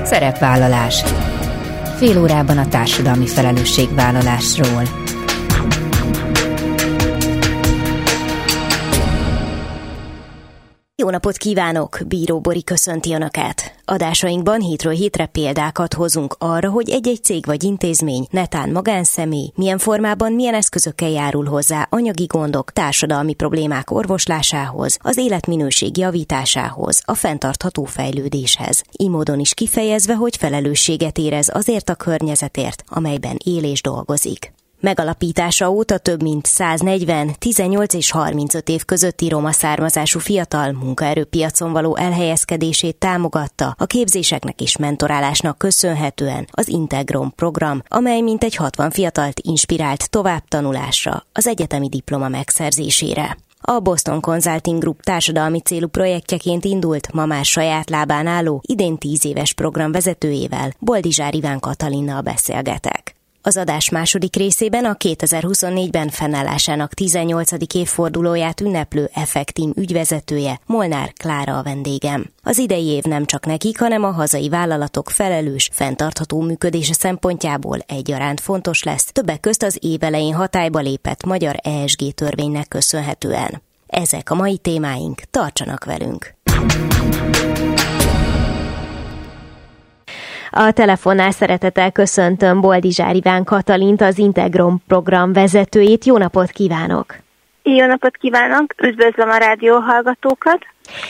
Szerepvállalás. Fél órában a társadalmi felelősségvállalásról. Jó napot kívánok! Bíró Bori köszönti Önöket! Adásainkban hétről hétre példákat hozunk arra, hogy egy-egy cég vagy intézmény, netán magánszemély, milyen formában, milyen eszközökkel járul hozzá anyagi gondok, társadalmi problémák orvoslásához, az életminőség javításához, a fenntartható fejlődéshez. Így módon is kifejezve, hogy felelősséget érez azért a környezetért, amelyben él és dolgozik. Megalapítása óta több mint 140, 18 és 35 év közötti roma származású fiatal munkaerőpiacon való elhelyezkedését támogatta a képzéseknek és mentorálásnak köszönhetően az Integrom program, amely mintegy 60 fiatalt inspirált továbbtanulásra, az egyetemi diploma megszerzésére. A Boston Consulting Group társadalmi célú projektjeként indult, ma már saját lábán álló, idén 10 éves program vezetőjével, Boldizsár Iván Katalinnal beszélgetek. Az adás második részében a 2024-ben fennállásának 18. évfordulóját ünneplő Effektim ügyvezetője, Molnár Klára a vendégem. Az idei év nem csak nekik, hanem a hazai vállalatok felelős, fenntartható működése szempontjából egyaránt fontos lesz, többek közt az év elején hatályba lépett magyar ESG törvénynek köszönhetően. Ezek a mai témáink, tartsanak velünk! A telefonnál szeretettel köszöntöm Boldizsár Iván Katalint, az Integrom program vezetőjét. Jó napot kívánok! Jó napot kívánok! Üdvözlöm a rádióhallgatókat!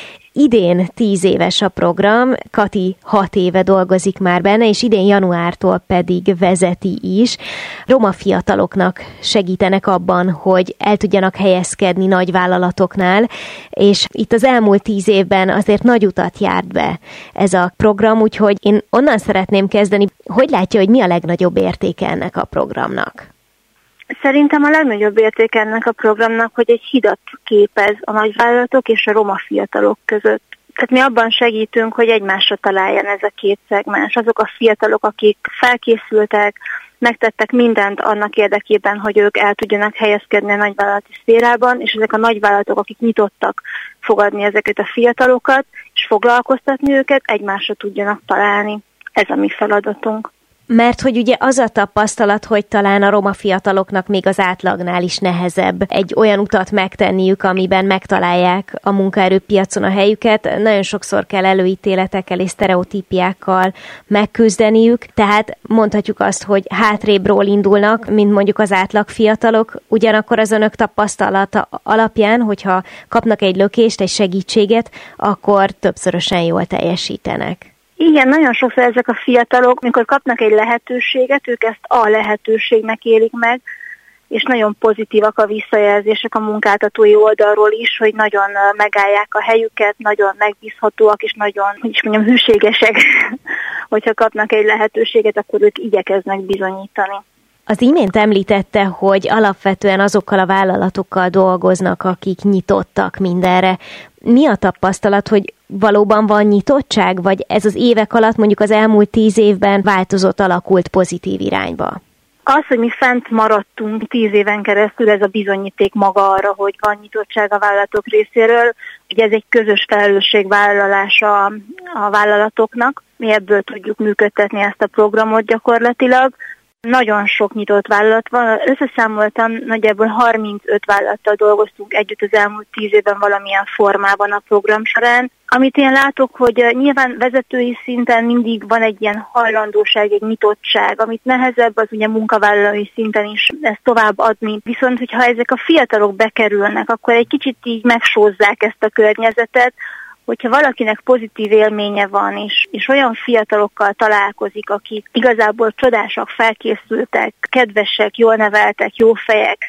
Idén 10 éves a program, Kati 6 éve dolgozik már benne, és idén januártól pedig vezeti is. Roma fiataloknak segítenek abban, hogy el tudjanak helyezkedni nagy vállalatoknál, és itt az elmúlt 10 évben azért nagy utat járt be ez a program, úgyhogy én onnan szeretném kezdeni, hogy látja, hogy mi a legnagyobb értéke ennek a programnak? Szerintem a legnagyobb értéke ennek a programnak, hogy egy hidat képez a nagyvállalatok és a roma fiatalok között. Tehát mi abban segítünk, hogy egymásra találjon ez a két szegmens. Azok a fiatalok, akik felkészültek, megtettek mindent annak érdekében, hogy ők el tudjanak helyezkedni a nagyvállalati szférában, és ezek a nagyvállalatok, akik nyitottak fogadni ezeket a fiatalokat, és foglalkoztatni őket, egymásra tudjanak találni. Ez a mi feladatunk. Mert hogy ugye az a tapasztalat, hogy talán a roma fiataloknak még az átlagnál is nehezebb egy olyan utat megtenniük, amiben megtalálják a munkaerőpiacon a helyüket. Nagyon sokszor kell előítéletekkel és sztereotípiákkal megküzdeniük, tehát mondhatjuk azt, hogy hátrébről indulnak, mint mondjuk az átlag fiatalok, ugyanakkor az önök tapasztalata alapján, hogyha kapnak egy lökést, egy segítséget, akkor többszörösen jól teljesítenek. Igen, nagyon sokszor ezek a fiatalok, amikor kapnak egy lehetőséget, ők ezt a lehetőségnek élik meg, és nagyon pozitívak a visszajelzések a munkáltatói oldalról is, hogy nagyon megállják a helyüket, nagyon megbízhatóak, és nagyon, hűségesek, hogyha kapnak egy lehetőséget, akkor ők igyekeznek bizonyítani. Az imént említette, hogy alapvetően azokkal a vállalatokkal dolgoznak, akik nyitottak mindenre. Mi a tapasztalat, hogy valóban van nyitottság, vagy ez az évek alatt, mondjuk az elmúlt 10 évben változott, alakult pozitív irányba? Az, hogy mi fent maradtunk 10 éven keresztül, ez a bizonyíték maga arra, hogy van nyitottság a vállalatok részéről. Ugye ez egy közös felelősségvállalása a vállalatoknak. Mi ebből tudjuk működtetni ezt a programot gyakorlatilag. Nagyon sok nyitott vállalat van. Összeszámoltam, nagyjából 35 vállalattal dolgoztunk együtt az elmúlt 10 évben valamilyen formában a program során. Amit én látok, hogy nyilván vezetői szinten mindig van egy ilyen hajlandóság, egy nyitottság, amit nehezebb az ugye munkavállalói szinten is ezt tovább adni. Viszont, hogyha ezek a fiatalok bekerülnek, akkor egy kicsit így megsózzák ezt a környezetet, hogyha valakinek pozitív élménye van, és olyan fiatalokkal találkozik, akik igazából csodásak, felkészültek, kedvesek, jól neveltek, jó fejek,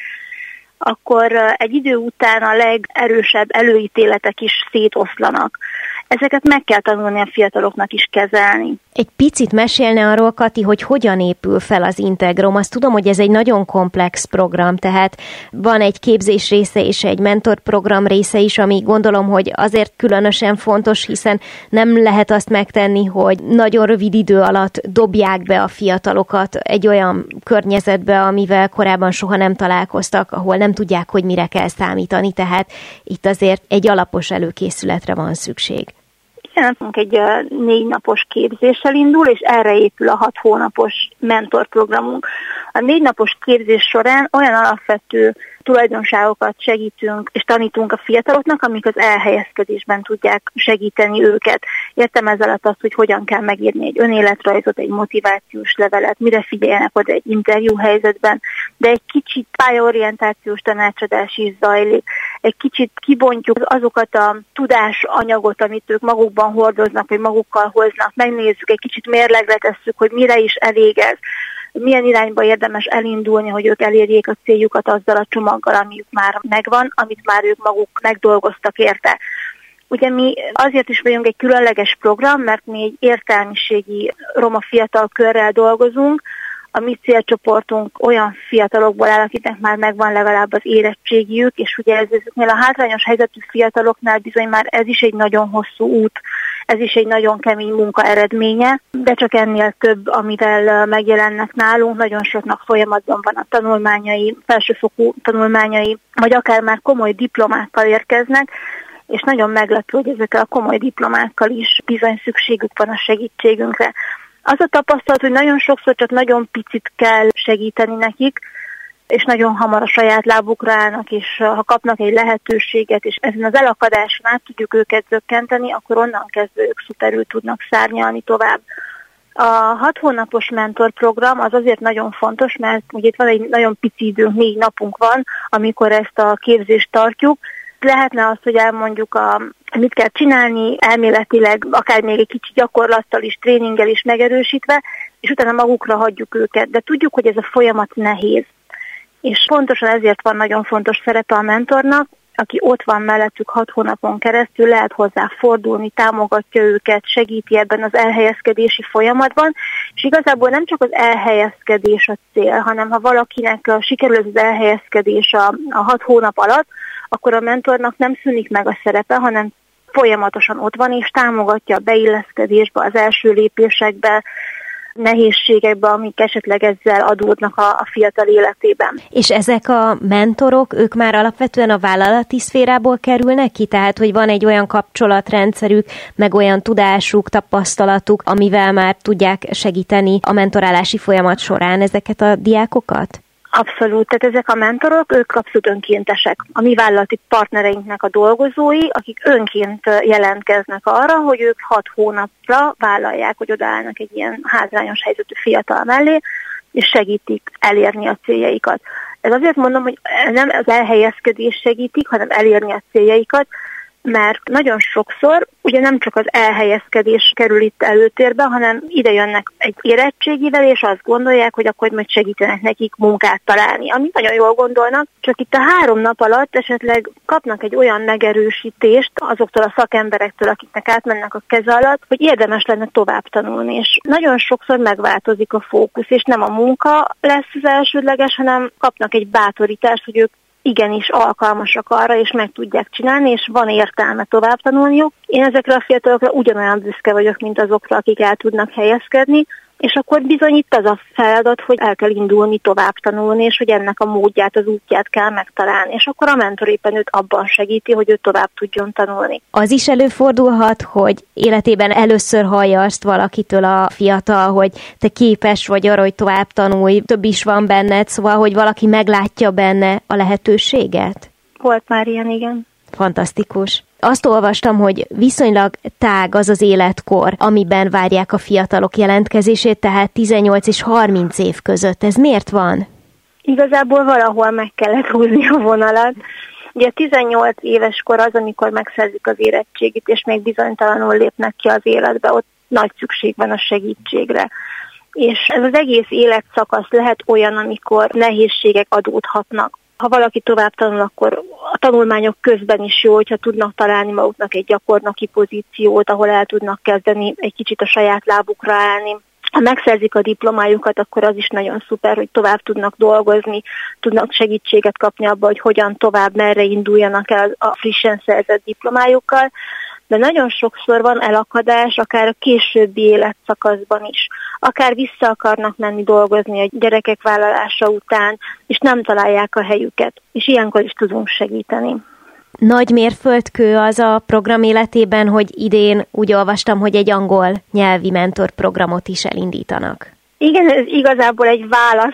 akkor egy idő után a legerősebb előítéletek is szétoszlanak. Ezeket meg kell tanulni a fiataloknak is kezelni. Egy picit mesélne arról, Kati, hogy hogyan épül fel az Integrom. Azt tudom, hogy ez egy nagyon komplex program, tehát van egy képzés része és egy mentorprogram része is, ami gondolom, hogy azért különösen fontos, hiszen nem lehet azt megtenni, hogy nagyon rövid idő alatt dobják be a fiatalokat egy olyan környezetbe, amivel korábban soha nem találkoztak, ahol nem tudják, hogy mire kell számítani, tehát itt azért egy alapos előkészületre van szükség. nálunk egy 4 napos képzéssel indul, és erre épül a 6 hónapos mentorprogramunk. A 4 napos képzés során olyan alapvető tulajdonságokat segítünk és tanítunk a fiataloknak, amik az elhelyezkedésben tudják segíteni őket. Értem ez alatt azt, hogy hogyan kell megírni egy önéletrajzot, egy motivációs levelet, mire figyeljenek oda egy interjú helyzetben, de egy kicsit pályaorientációs tanácsadás is zajlik. Egy kicsit kibontjuk azokat a tudásanyagot, amit ők magukban hordoznak, vagy magukkal hoznak, megnézzük, egy kicsit mérlegre tesszük, hogy mire is elég ez, milyen irányba érdemes elindulni, hogy ők elérjék a céljukat azzal a csomaggal, amiük már megvan, amit már ők maguk megdolgoztak érte. Ugye mi azért is vagyunk egy különleges program, mert mi egy értelmiségi roma fiatal körrel dolgozunk. A mi célcsoportunk olyan fiatalokból áll, akiknek már megvan legalább az érettségiük, és ugye ezeknél a hátrányos helyzetű fiataloknál bizony már ez is egy nagyon hosszú út, ez is egy nagyon kemény munka eredménye, de csak ennél több, amivel megjelennek nálunk. Nagyon soknak folyamatban van a tanulmányai, felsőfokú tanulmányai, vagy akár már komoly diplomákkal érkeznek, és nagyon meglepő, hogy ezekkel a komoly diplomákkal is bizony szükségük van a segítségünkre. Az a tapasztalat, hogy nagyon sokszor csak nagyon picit kell segíteni nekik, és nagyon hamar a saját lábukra állnak, és ha kapnak egy lehetőséget, és ezen az elakadáson át tudjuk őket zökkenteni, akkor onnan kezdve ők szuperül tudnak szárnyalni tovább. A 6 hónapos mentorprogram az azért nagyon fontos, mert ugye itt van egy nagyon pici időnk, 4 napunk van, amikor ezt a képzést tartjuk. Lehetne azt, hogy elmondjuk, mit kell csinálni, elméletileg, akár még egy kicsi gyakorlattal is, tréninggel is megerősítve, és utána magukra hagyjuk őket. De tudjuk, hogy ez a folyamat nehéz. És pontosan ezért van nagyon fontos szerepe a mentornak, aki ott van mellettük 6 hónapon keresztül, lehet hozzá fordulni, támogatja őket, segíti ebben az elhelyezkedési folyamatban, és igazából nem csak az elhelyezkedés a cél, hanem ha valakinek sikerül ez az elhelyezkedés a 6 hónap alatt, akkor a mentornak nem szűnik meg a szerepe, hanem folyamatosan ott van, és támogatja a beilleszkedésbe, az első lépésekbe, nehézségekbe, amik esetleg ezzel adódnak a fiatal életében. És ezek a mentorok, ők már alapvetően a vállalati szférából kerülnek ki? Tehát, hogy van egy olyan kapcsolatrendszerük, meg olyan tudásuk, tapasztalatuk, amivel már tudják segíteni a mentorálási folyamat során ezeket a diákokat? Abszolút, tehát ezek a mentorok, ők abszolút önkéntesek. A mi vállalati partnereinknek a dolgozói, akik önként jelentkeznek arra, hogy ők 6 hónapra vállalják, hogy odaállnak egy ilyen hátrányos helyzetű fiatal mellé, és segítik elérni a céljaikat. Ez azért mondom, hogy nem az elhelyezkedés segítik, hanem elérni a céljaikat, mert nagyon sokszor ugye nem csak az elhelyezkedés kerül itt előtérbe, hanem ide jönnek egy érettségivel, és azt gondolják, hogy akkor majd segítenek nekik munkát találni, amit nagyon jól gondolnak, csak itt a 3 nap alatt esetleg kapnak egy olyan megerősítést azoktól a szakemberektől, akiknek átmennek a keze alatt, hogy érdemes lenne tovább tanulni, és nagyon sokszor megváltozik a fókusz, és nem a munka lesz az elsődleges, hanem kapnak egy bátorítást, hogy ők igenis alkalmasak arra, és meg tudják csinálni, és van értelme tovább tanulniuk. Én ezekre a fiatalokra ugyanolyan büszke vagyok, mint azokra, akik el tudnak helyezkedni, és akkor bizony itt az a feladat, hogy el kell indulni, tovább tanulni, és hogy ennek a módját, az útját kell megtalálni, és akkor a mentor éppen őt abban segíti, hogy ő tovább tudjon tanulni. Az is előfordulhat, hogy életében először hallja azt valakitől a fiatal, hogy te képes vagy arra, hogy tovább tanulj, több is van benned, szóval, hogy valaki meglátja benne a lehetőséget? Volt már ilyen, igen. Fantasztikus. Azt olvastam, hogy viszonylag tág az az életkor, amiben várják a fiatalok jelentkezését, tehát 18 és 30 év között. Ez miért van? Igazából valahol meg kellett húzni a vonalat. Ugye 18 éves kor az, amikor megszerzik az érettségit, és még bizonytalanul lépnek ki az életbe, ott nagy szükség van a segítségre. És ez az egész életszakasz lehet olyan, amikor nehézségek adódhatnak. Ha valaki tovább tanul, akkor a tanulmányok közben is jó, hogyha tudnak találni maguknak egy gyakornoki pozíciót, ahol el tudnak kezdeni egy kicsit a saját lábukra állni. Ha megszerzik a diplomájukat, akkor az is nagyon szuper, hogy tovább tudnak dolgozni, tudnak segítséget kapni abba, hogy hogyan tovább, merre induljanak el a frissen szerzett diplomájukkal. De nagyon sokszor van elakadás, akár a későbbi életszakaszban is. Akár vissza akarnak menni dolgozni a gyerekek vállalása után, és nem találják a helyüket. És ilyenkor is tudunk segíteni. nagy mérföldkő az a program életében, hogy idén úgy olvastam, hogy egy angol nyelvi mentorprogramot is elindítanak. Igen, ez igazából egy válasz,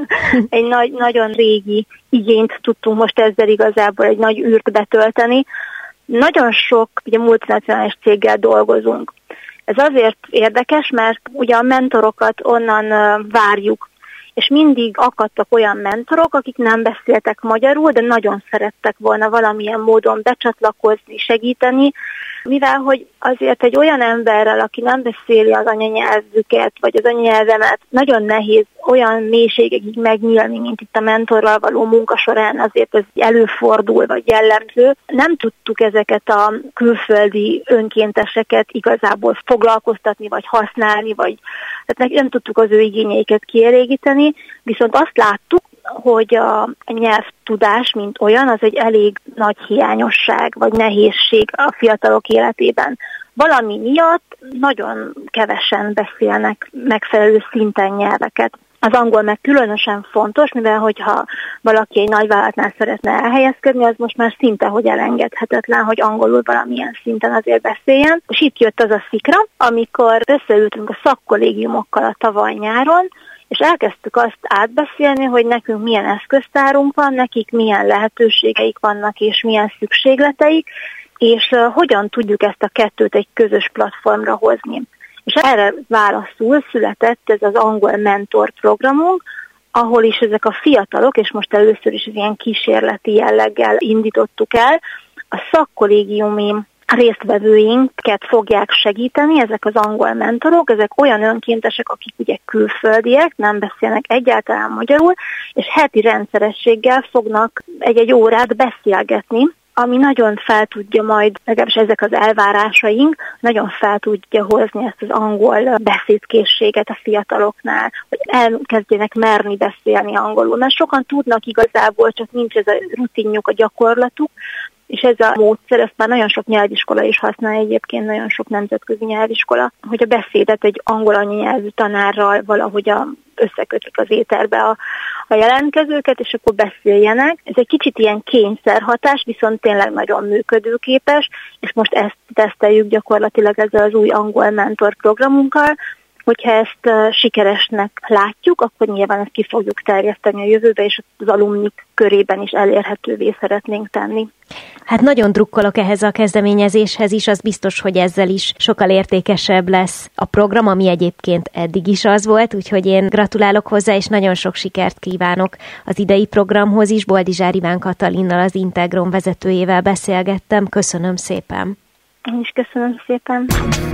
egy nagyon régi igényt tudtunk most ezzel igazából egy nagy űrt betölteni. Nagyon sok ugye multinacionális céggel dolgozunk. Ez azért érdekes, mert ugye a mentorokat onnan várjuk, és mindig akadtak olyan mentorok, akik nem beszéltek magyarul, de nagyon szerettek volna valamilyen módon becsatlakozni, segíteni, mivel hogy azért egy olyan emberrel, aki nem beszéli az anyanyelvüket, vagy az anyanyelvemet, nagyon nehéz olyan mélységekig megnyílni, mint itt a mentorral való munka során, azért ez előfordul, vagy jellemző. Nem tudtuk ezeket a külföldi önkénteseket igazából foglalkoztatni, vagy használni, vagy tehát nem tudtuk az ő igényeiket kielégíteni, viszont azt láttuk, hogy a nyelvtudás, mint olyan, az egy elég nagy hiányosság, vagy nehézség a fiatalok életében. Valami miatt nagyon kevesen beszélnek megfelelő szinten nyelveket. Az angol meg különösen fontos, mivel hogyha valaki egy nagyvállalatnál szeretne elhelyezkedni, az most már szinte hogy elengedhetetlen, hogy angolul valamilyen szinten azért beszéljen. És itt jött az a szikra, amikor összeültünk a szakkollégiumokkal a tavaly nyáron, és elkezdtük azt átbeszélni, hogy nekünk milyen eszköztárunk van, nekik milyen lehetőségeik vannak, és milyen szükségleteik, és hogyan tudjuk ezt a kettőt egy közös platformra hozni. És erre válaszul született ez az angol mentor programunk, ahol is ezek a fiatalok, és most először is ilyen kísérleti jelleggel indítottuk el, a szakkollégiumi résztvevőinket fogják segíteni, ezek az angol mentorok, ezek olyan önkéntesek, akik ugye külföldiek, nem beszélnek egyáltalán magyarul, és heti rendszerességgel fognak egy-egy órát beszélgetni, ami nagyon fel tudja majd, legalábbis ezek az elvárásaink, nagyon fel tudja hozni ezt az angol beszédkészséget a fiataloknál, hogy elkezdjenek merni beszélni angolul, mert sokan tudnak igazából, csak nincs ez a rutinjuk, a gyakorlatuk, és ez a módszer, ezt már nagyon sok nyelviskola is használja egyébként, nagyon sok nemzetközi nyelviskola, hogy a beszédet egy angol anyanyelvű tanárral valahogy összekötik az éterbe a jelentkezőket, és akkor beszéljenek. Ez egy kicsit ilyen kényszerhatás, viszont tényleg nagyon működőképes, és most ezt teszteljük gyakorlatilag ezzel az új angol mentor programunkkal. Hogyha ezt sikeresnek látjuk, akkor nyilván ezt ki fogjuk terjeszteni a jövőbe, és az alumnik körében is elérhetővé szeretnénk tenni. Hát nagyon drukkolok ehhez a kezdeményezéshez is, az biztos, hogy ezzel is sokkal értékesebb lesz a program, ami egyébként eddig is az volt, úgyhogy én gratulálok hozzá, és nagyon sok sikert kívánok az idei programhoz is. Boldizsár Iván Katalinnal, az Integrom vezetőjével beszélgettem. Köszönöm szépen! Én is köszönöm szépen!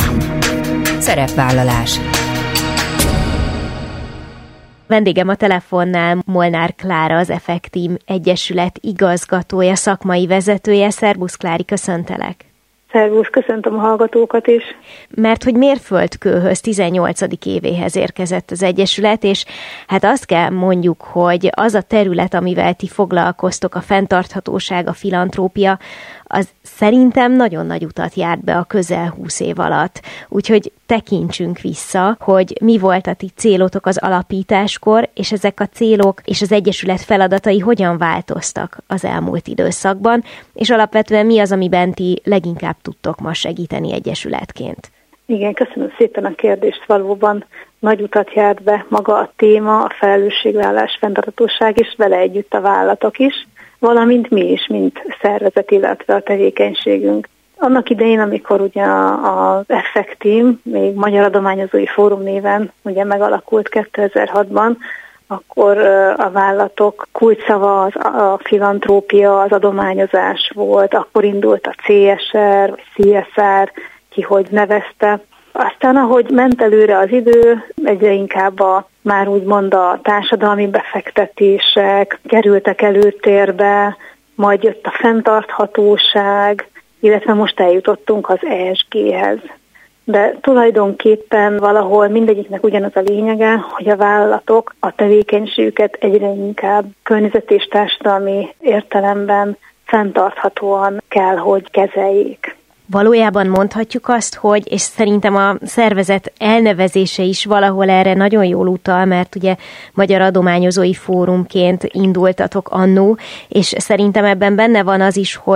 Szerepvállalás. Vendégem a telefonnál Molnár Klára, az Effektim Egyesület igazgatója, szakmai vezetője. Szerbusz Klári, köszöntelek! Szervusz, köszöntöm a hallgatókat is. Mert hogy mérföldkőhöz 18. évéhez érkezett az Egyesület, és hát azt kell mondjuk, hogy az a terület, amivel ti foglalkoztok, a fenntarthatóság, a filantrópia, az szerintem nagyon nagy utat járt be a közel 20 év alatt. Úgyhogy tekintsünk vissza, hogy mi volt a ti célotok az alapításkor, és ezek a célok és az Egyesület feladatai hogyan változtak az elmúlt időszakban, és alapvetően mi az, amiben ti leginkább tudtok ma segíteni egyesületként. Igen, köszönöm szépen a kérdést. Valóban nagy utat járt be maga a téma, a felelősségvállalás, fenntarthatóság, és vele együtt a vállalatok is, valamint mi is, mint szervezet, illetve a tevékenységünk. Annak idején, amikor ugye az Effektim, még Magyar Adományozói Fórum néven ugye megalakult 2006-ban, akkor a vállalatok kulcsszava a filantrópia, az adományozás volt, akkor indult a CSR, vagy CSR, ki hogy nevezte. Aztán, ahogy ment előre az idő, egyre inkább már úgymond a társadalmi befektetések kerültek előtérbe, majd jött a fenntarthatóság, illetve most eljutottunk az ESG-hez. De tulajdonképpen valahol mindegyiknek ugyanaz a lényege, hogy a vállalatok a tevékenységüket egyre inkább környezeti és társadalmi értelemben fenntarthatóan kell, hogy kezeljék. Valójában mondhatjuk azt, hogy, és szerintem a szervezet elnevezése is valahol erre nagyon jól utal, mert ugye Magyar Adományozói Fórumként indultatok annó, és szerintem ebben benne van az is, hogy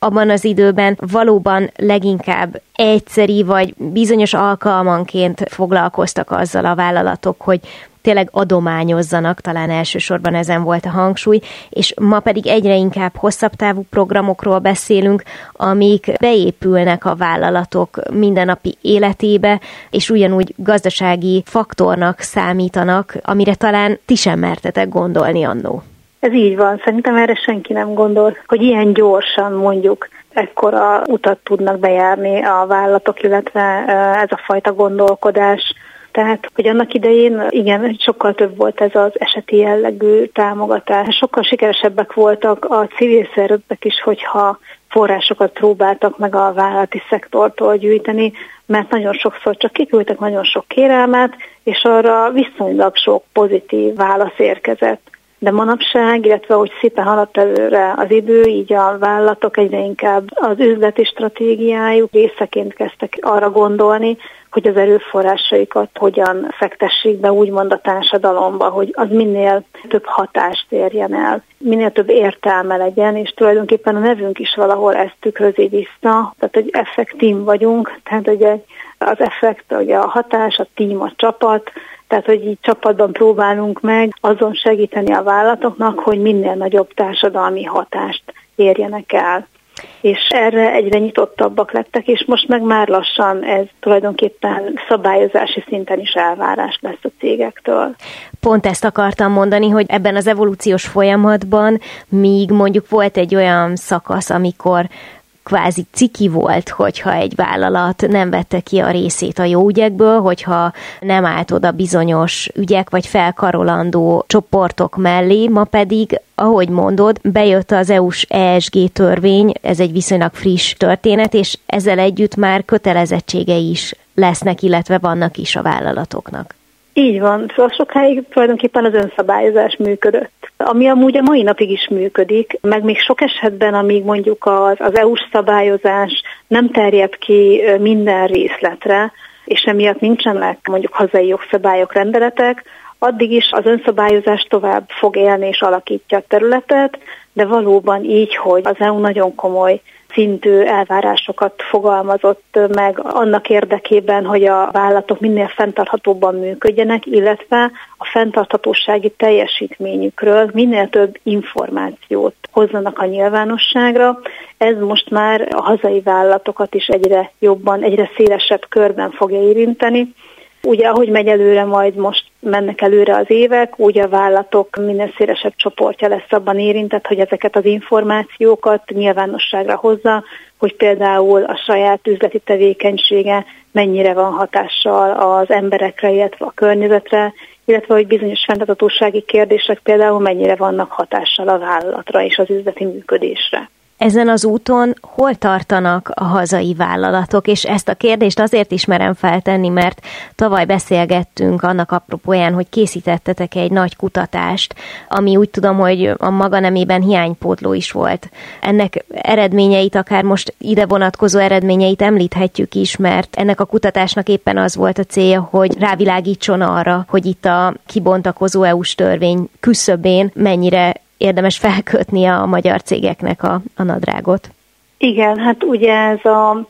abban az időben valóban leginkább egyszeri vagy bizonyos alkalmanként foglalkoztak azzal a vállalatok, hogy tényleg adományozzanak, talán elsősorban ezen volt a hangsúly, és ma pedig egyre inkább hosszabb távú programokról beszélünk, amik beépülnek a vállalatok mindennapi életébe, és ugyanúgy gazdasági faktornak számítanak, amire talán ti sem mertetek gondolni annó. Ez így van, szerintem erre senki nem gondol, hogy ilyen gyorsan mondjuk ekkora utat tudnak bejárni a vállalatok, illetve ez a fajta gondolkodás. Tehát, hogy annak idején, igen, sokkal több volt ez az eseti jellegű támogatás. Sokkal sikeresebbek voltak a civil szervezetek is, hogyha forrásokat próbáltak meg a vállalati szektortól gyűjteni, mert nagyon sokszor csak kiküldtek nagyon sok kérelmet, és arra viszonylag sok pozitív válasz érkezett. De manapság, illetve hogy szépen haladt előre az idő, így a vállalatok egyre inkább az üzleti stratégiájuk részeként kezdtek arra gondolni, hogy az erőforrásaikat hogyan fektessék be úgymond a társadalomba, hogy az minél több hatást érjen el, minél több értelme legyen, és tulajdonképpen a nevünk is valahol ezt tükrözi vissza, tehát hogy effekt team vagyunk, tehát ugye az effekt, ugye a hatás, a team, a csapat, tehát hogy így csapatban próbálunk meg azon segíteni a vállalatoknak, hogy minél nagyobb társadalmi hatást érjenek el. És erre egyre nyitottabbak lettek, és most meg már lassan ez tulajdonképpen szabályozási szinten is elvárás lesz a cégektől. Pont ezt akartam mondani, hogy ebben az evolúciós folyamatban míg mondjuk volt egy olyan szakasz, amikor kvázi ciki volt, hogyha egy vállalat nem vette ki a részét a jó ügyekből, hogyha nem állt oda bizonyos ügyek vagy felkarolandó csoportok mellé, ma pedig, ahogy mondod, bejött az EU-s ESG törvény, ez egy viszonylag friss történet, és ezzel együtt már kötelezettségei is lesznek, illetve vannak is a vállalatoknak. Így van, szóval sokáig tulajdonképpen az önszabályozás működött, ami amúgy a mai napig is működik, meg még sok esetben, amíg mondjuk az EU-s szabályozás nem terjed ki minden részletre, és emiatt nincsenek mondjuk hazai jogszabályok, rendeletek, addig is az önszabályozás tovább fog élni és alakítja a területet, de valóban így, hogy az EU nagyon komoly szintű elvárásokat fogalmazott meg annak érdekében, hogy a vállalatok minél fenntarthatóbban működjenek, illetve a fenntarthatósági teljesítményükről minél több információt hozzanak a nyilvánosságra. Ez most már a hazai vállalatokat is egyre jobban, egyre szélesebb körben fogja érinteni. Ugye, ahogy megy előre, majd most mennek előre az évek, úgy a vállalatok minél szélesebb csoportja lesz abban érintett, hogy ezeket az információkat nyilvánosságra hozza, hogy például a saját üzleti tevékenysége mennyire van hatással az emberekre, illetve a környezetre, illetve hogy bizonyos fenntarthatósági kérdések például mennyire vannak hatással a vállalatra és az üzleti működésre. Ezen az úton hol tartanak a hazai vállalatok? És ezt a kérdést azért is merem feltenni, mert tavaly beszélgettünk annak apropóján, hogy készítettetek egy nagy kutatást, ami úgy tudom, hogy a maga nemében hiánypótló is volt. Ennek eredményeit, akár most ide vonatkozó eredményeit említhetjük is, mert ennek a kutatásnak éppen az volt a célja, hogy rávilágítson arra, hogy itt a kibontakozó EU-s törvény küszöbén mennyire érdemes felkötni a magyar cégeknek a nadrágot. Igen, hát ugye ez a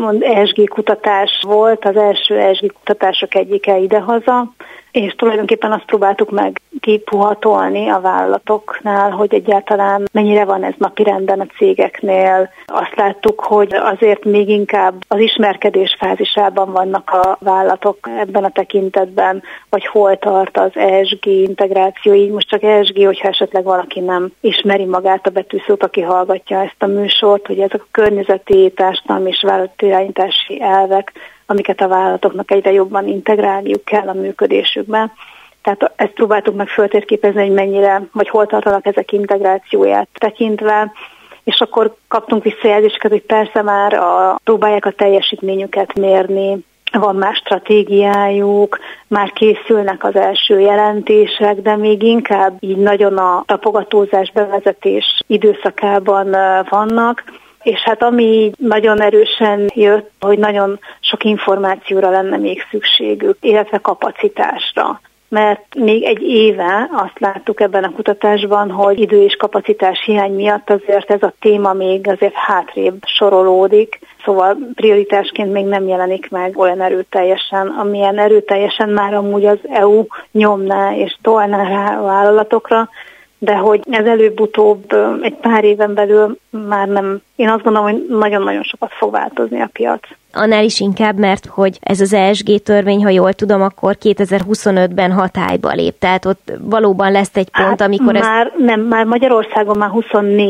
ESG kutatás volt, az első ESG kutatások egyike idehaza, és tulajdonképpen azt próbáltuk meg kipuhatolni a vállalatoknál, hogy egyáltalán mennyire van ez napirenden a cégeknél. Azt láttuk, hogy azért még inkább az ismerkedés fázisában vannak a vállalatok ebben a tekintetben, vagy hol tart az ESG integráció. Így most csak ESG, hogyha esetleg valaki nem ismeri magát a betűszót, aki hallgatja ezt a műsort, hogy ezek a környezeti, társadalmi és vállalatirányítási elvek, amiket a vállalatoknak egyre jobban integrálniuk kell a működésükben. Tehát ezt próbáltuk meg föltérképezni, hogy mennyire, vagy hol tartanak ezek integrációját tekintve, és akkor kaptunk visszajelzéseket, hogy persze már próbálják a teljesítményüket mérni, van már stratégiájuk, már készülnek az első jelentések, de még inkább így nagyon a tapogatózás, bevezetés időszakában vannak. És hát ami nagyon erősen jött, hogy nagyon sok információra lenne még szükségük, illetve kapacitásra. mert még egy éve azt láttuk ebben a kutatásban, hogy idő és kapacitás hiány miatt azért ez a téma még azért hátrébb sorolódik, szóval prioritásként még nem jelenik meg olyan erőteljesen, amilyen erőteljesen már amúgy az EU nyomná és tolná rá a vállalatokra, de hogy ez előbb-utóbb egy pár éven belül már nem, én azt gondolom, hogy nagyon-nagyon sokat fog változni a piac. Annál is inkább, mert hogy ez az ESG törvény, ha jól tudom, akkor 2025-ben hatályba lép. Tehát ott valóban lesz egy pont, amikor már Magyarországon már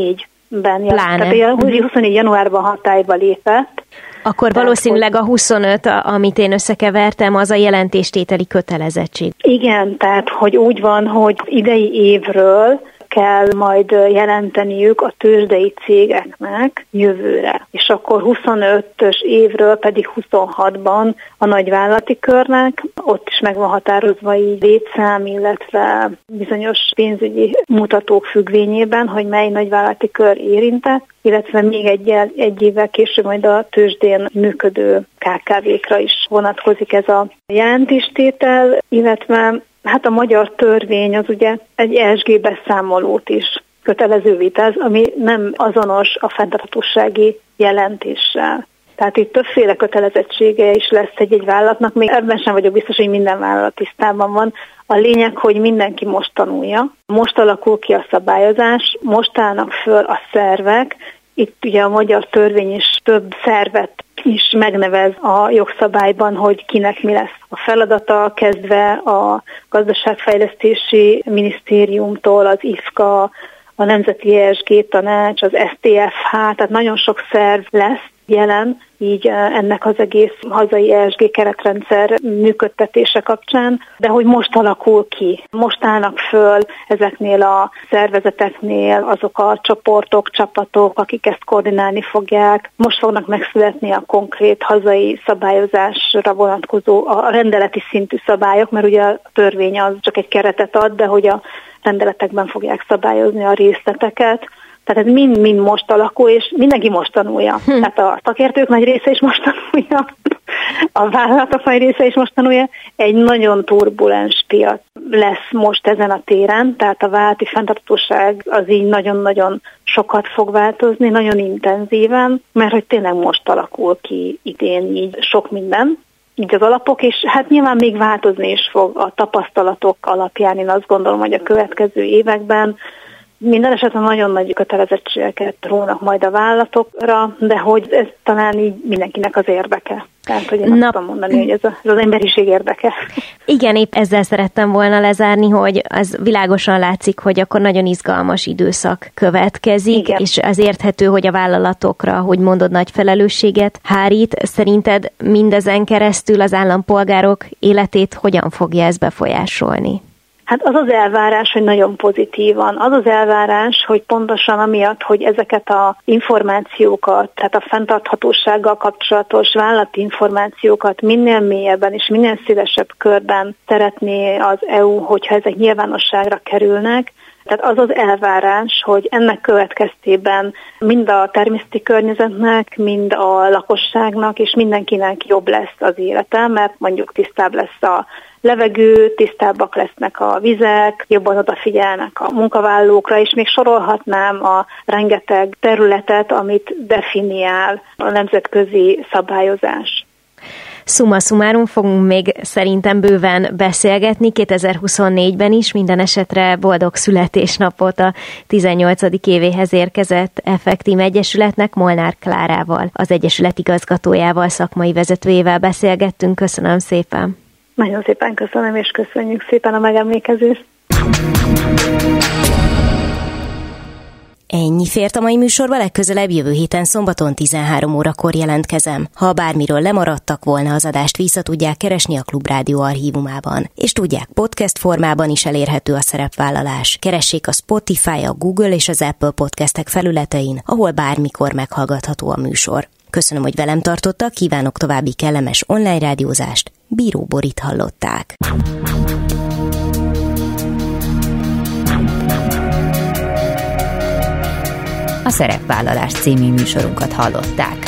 24-ben tehát 24 januárban hatályba lépett. Akkor tehát, valószínűleg a 25, amit én összekevertem, az a jelentéstételi kötelezettség. Igen, tehát hogy úgy van, hogy idei évről kell majd jelenteniük a tőzsdei cégeknek jövőre. És akkor 25-ös évről pedig 26-ban a nagyvállalati körnek, ott is meg van határozva így létszám, illetve bizonyos pénzügyi mutatók függvényében, hogy mely nagyvállalati kör érintett, illetve még egy évvel később majd a tőzsdén működő KKV-kra is vonatkozik ez a jelentéstétel, illetve hát a magyar törvény az ugye egy ESG beszámolót is kötelezővé tesz, ami nem azonos a fenntarthatósági jelentéssel. Tehát itt többféle kötelezettsége is lesz egy vállalatnak, még ebben sem vagyok biztos, hogy minden vállalat tisztában van. A lényeg, hogy mindenki most tanulja, most alakul ki a szabályozás, most állnak föl a szervek. Itt ugye a magyar törvény is több szervet is megnevez a jogszabályban, hogy kinek mi lesz a feladata, kezdve a Gazdaságfejlesztési Minisztériumtól, az IFKA, a Nemzeti ESG Tanács, az STFH, tehát nagyon sok szerv lesz jelen, így ennek az egész hazai ESG keretrendszer működtetése kapcsán, de hogy most alakul ki. Most állnak föl ezeknél a szervezeteknél azok a csoportok, csapatok, akik ezt koordinálni fogják. Most fognak megszületni a konkrét hazai szabályozásra vonatkozó a rendeleti szintű szabályok, mert ugye a törvény az csak egy keretet ad, de hogy a rendeletekben fogják szabályozni a részleteket. Tehát ez mind most alakul, és mindenki most tanulja. Tehát a szakértők nagy része is most tanulja, a vállalatok nagy része is most tanulja. Egy nagyon turbulens piac lesz most ezen a téren, tehát a vállalati fenntarthatóság az így nagyon-nagyon sokat fog változni, nagyon intenzíven, mert hogy tényleg most alakul ki idén így sok minden. Így az alapok, és hát nyilván még változni is fog a tapasztalatok alapján, én azt gondolom, hogy a következő években minden esetben nagyon nagy kötelezettségeket rónak majd a vállalatokra, de hogy ez talán így mindenkinek az érdeke. Tehát, hogy én azt tudom mondani, hogy ez az emberiség érdeke. Igen, épp ezzel szerettem volna lezárni, hogy az világosan látszik, hogy akkor nagyon izgalmas időszak következik, igen. És az érthető, hogy a vállalatokra, hogy mondod, nagy felelősséget hárít. Szerinted mindezen keresztül az állampolgárok életét hogyan fogja ez befolyásolni? Hát az az elvárás, hogy nagyon pozitívan. Az az elvárás, hogy pontosan amiatt, hogy ezeket az információkat, tehát a fenntarthatósággal kapcsolatos vállalati információkat minél mélyebben és minél szélesebb körben szeretné az EU, hogyha ezek nyilvánosságra kerülnek. Tehát az az elvárás, hogy ennek következtében mind a természeti környezetnek, mind a lakosságnak és mindenkinek jobb lesz az élete, mert mondjuk tisztább lesz a levegő, tisztábbak lesznek a vizek, jobban odafigyelnek a munkavállalókra, és még sorolhatnám a rengeteg területet, amit definiál a nemzetközi szabályozás. Summa summarum, fogunk még szerintem bőven beszélgetni 2024-ben is, minden esetre boldog születésnapot a 18. évéhez érkezett Effektim Egyesületnek, Molnár Klárával, az Egyesület igazgatójával, szakmai vezetőjével beszélgettünk. Köszönöm szépen! Nagyon szépen köszönöm, és köszönjük szépen a megemlékezést! Ennyi fért a mai műsorba, legközelebb jövő héten szombaton 13 órakor jelentkezem. Ha bármiről lemaradtak volna, az adást vissza tudják keresni a Klubrádió archívumában. És tudják, podcast formában is elérhető a szerepvállalás. Keressék a Spotify, a Google és az Apple podcastek felületein, ahol bármikor meghallgatható a műsor. Köszönöm, hogy velem tartottak, kívánok további kellemes online rádiózást. Bíró Borit hallották. A Szerepvállalás című műsorunkat hallották.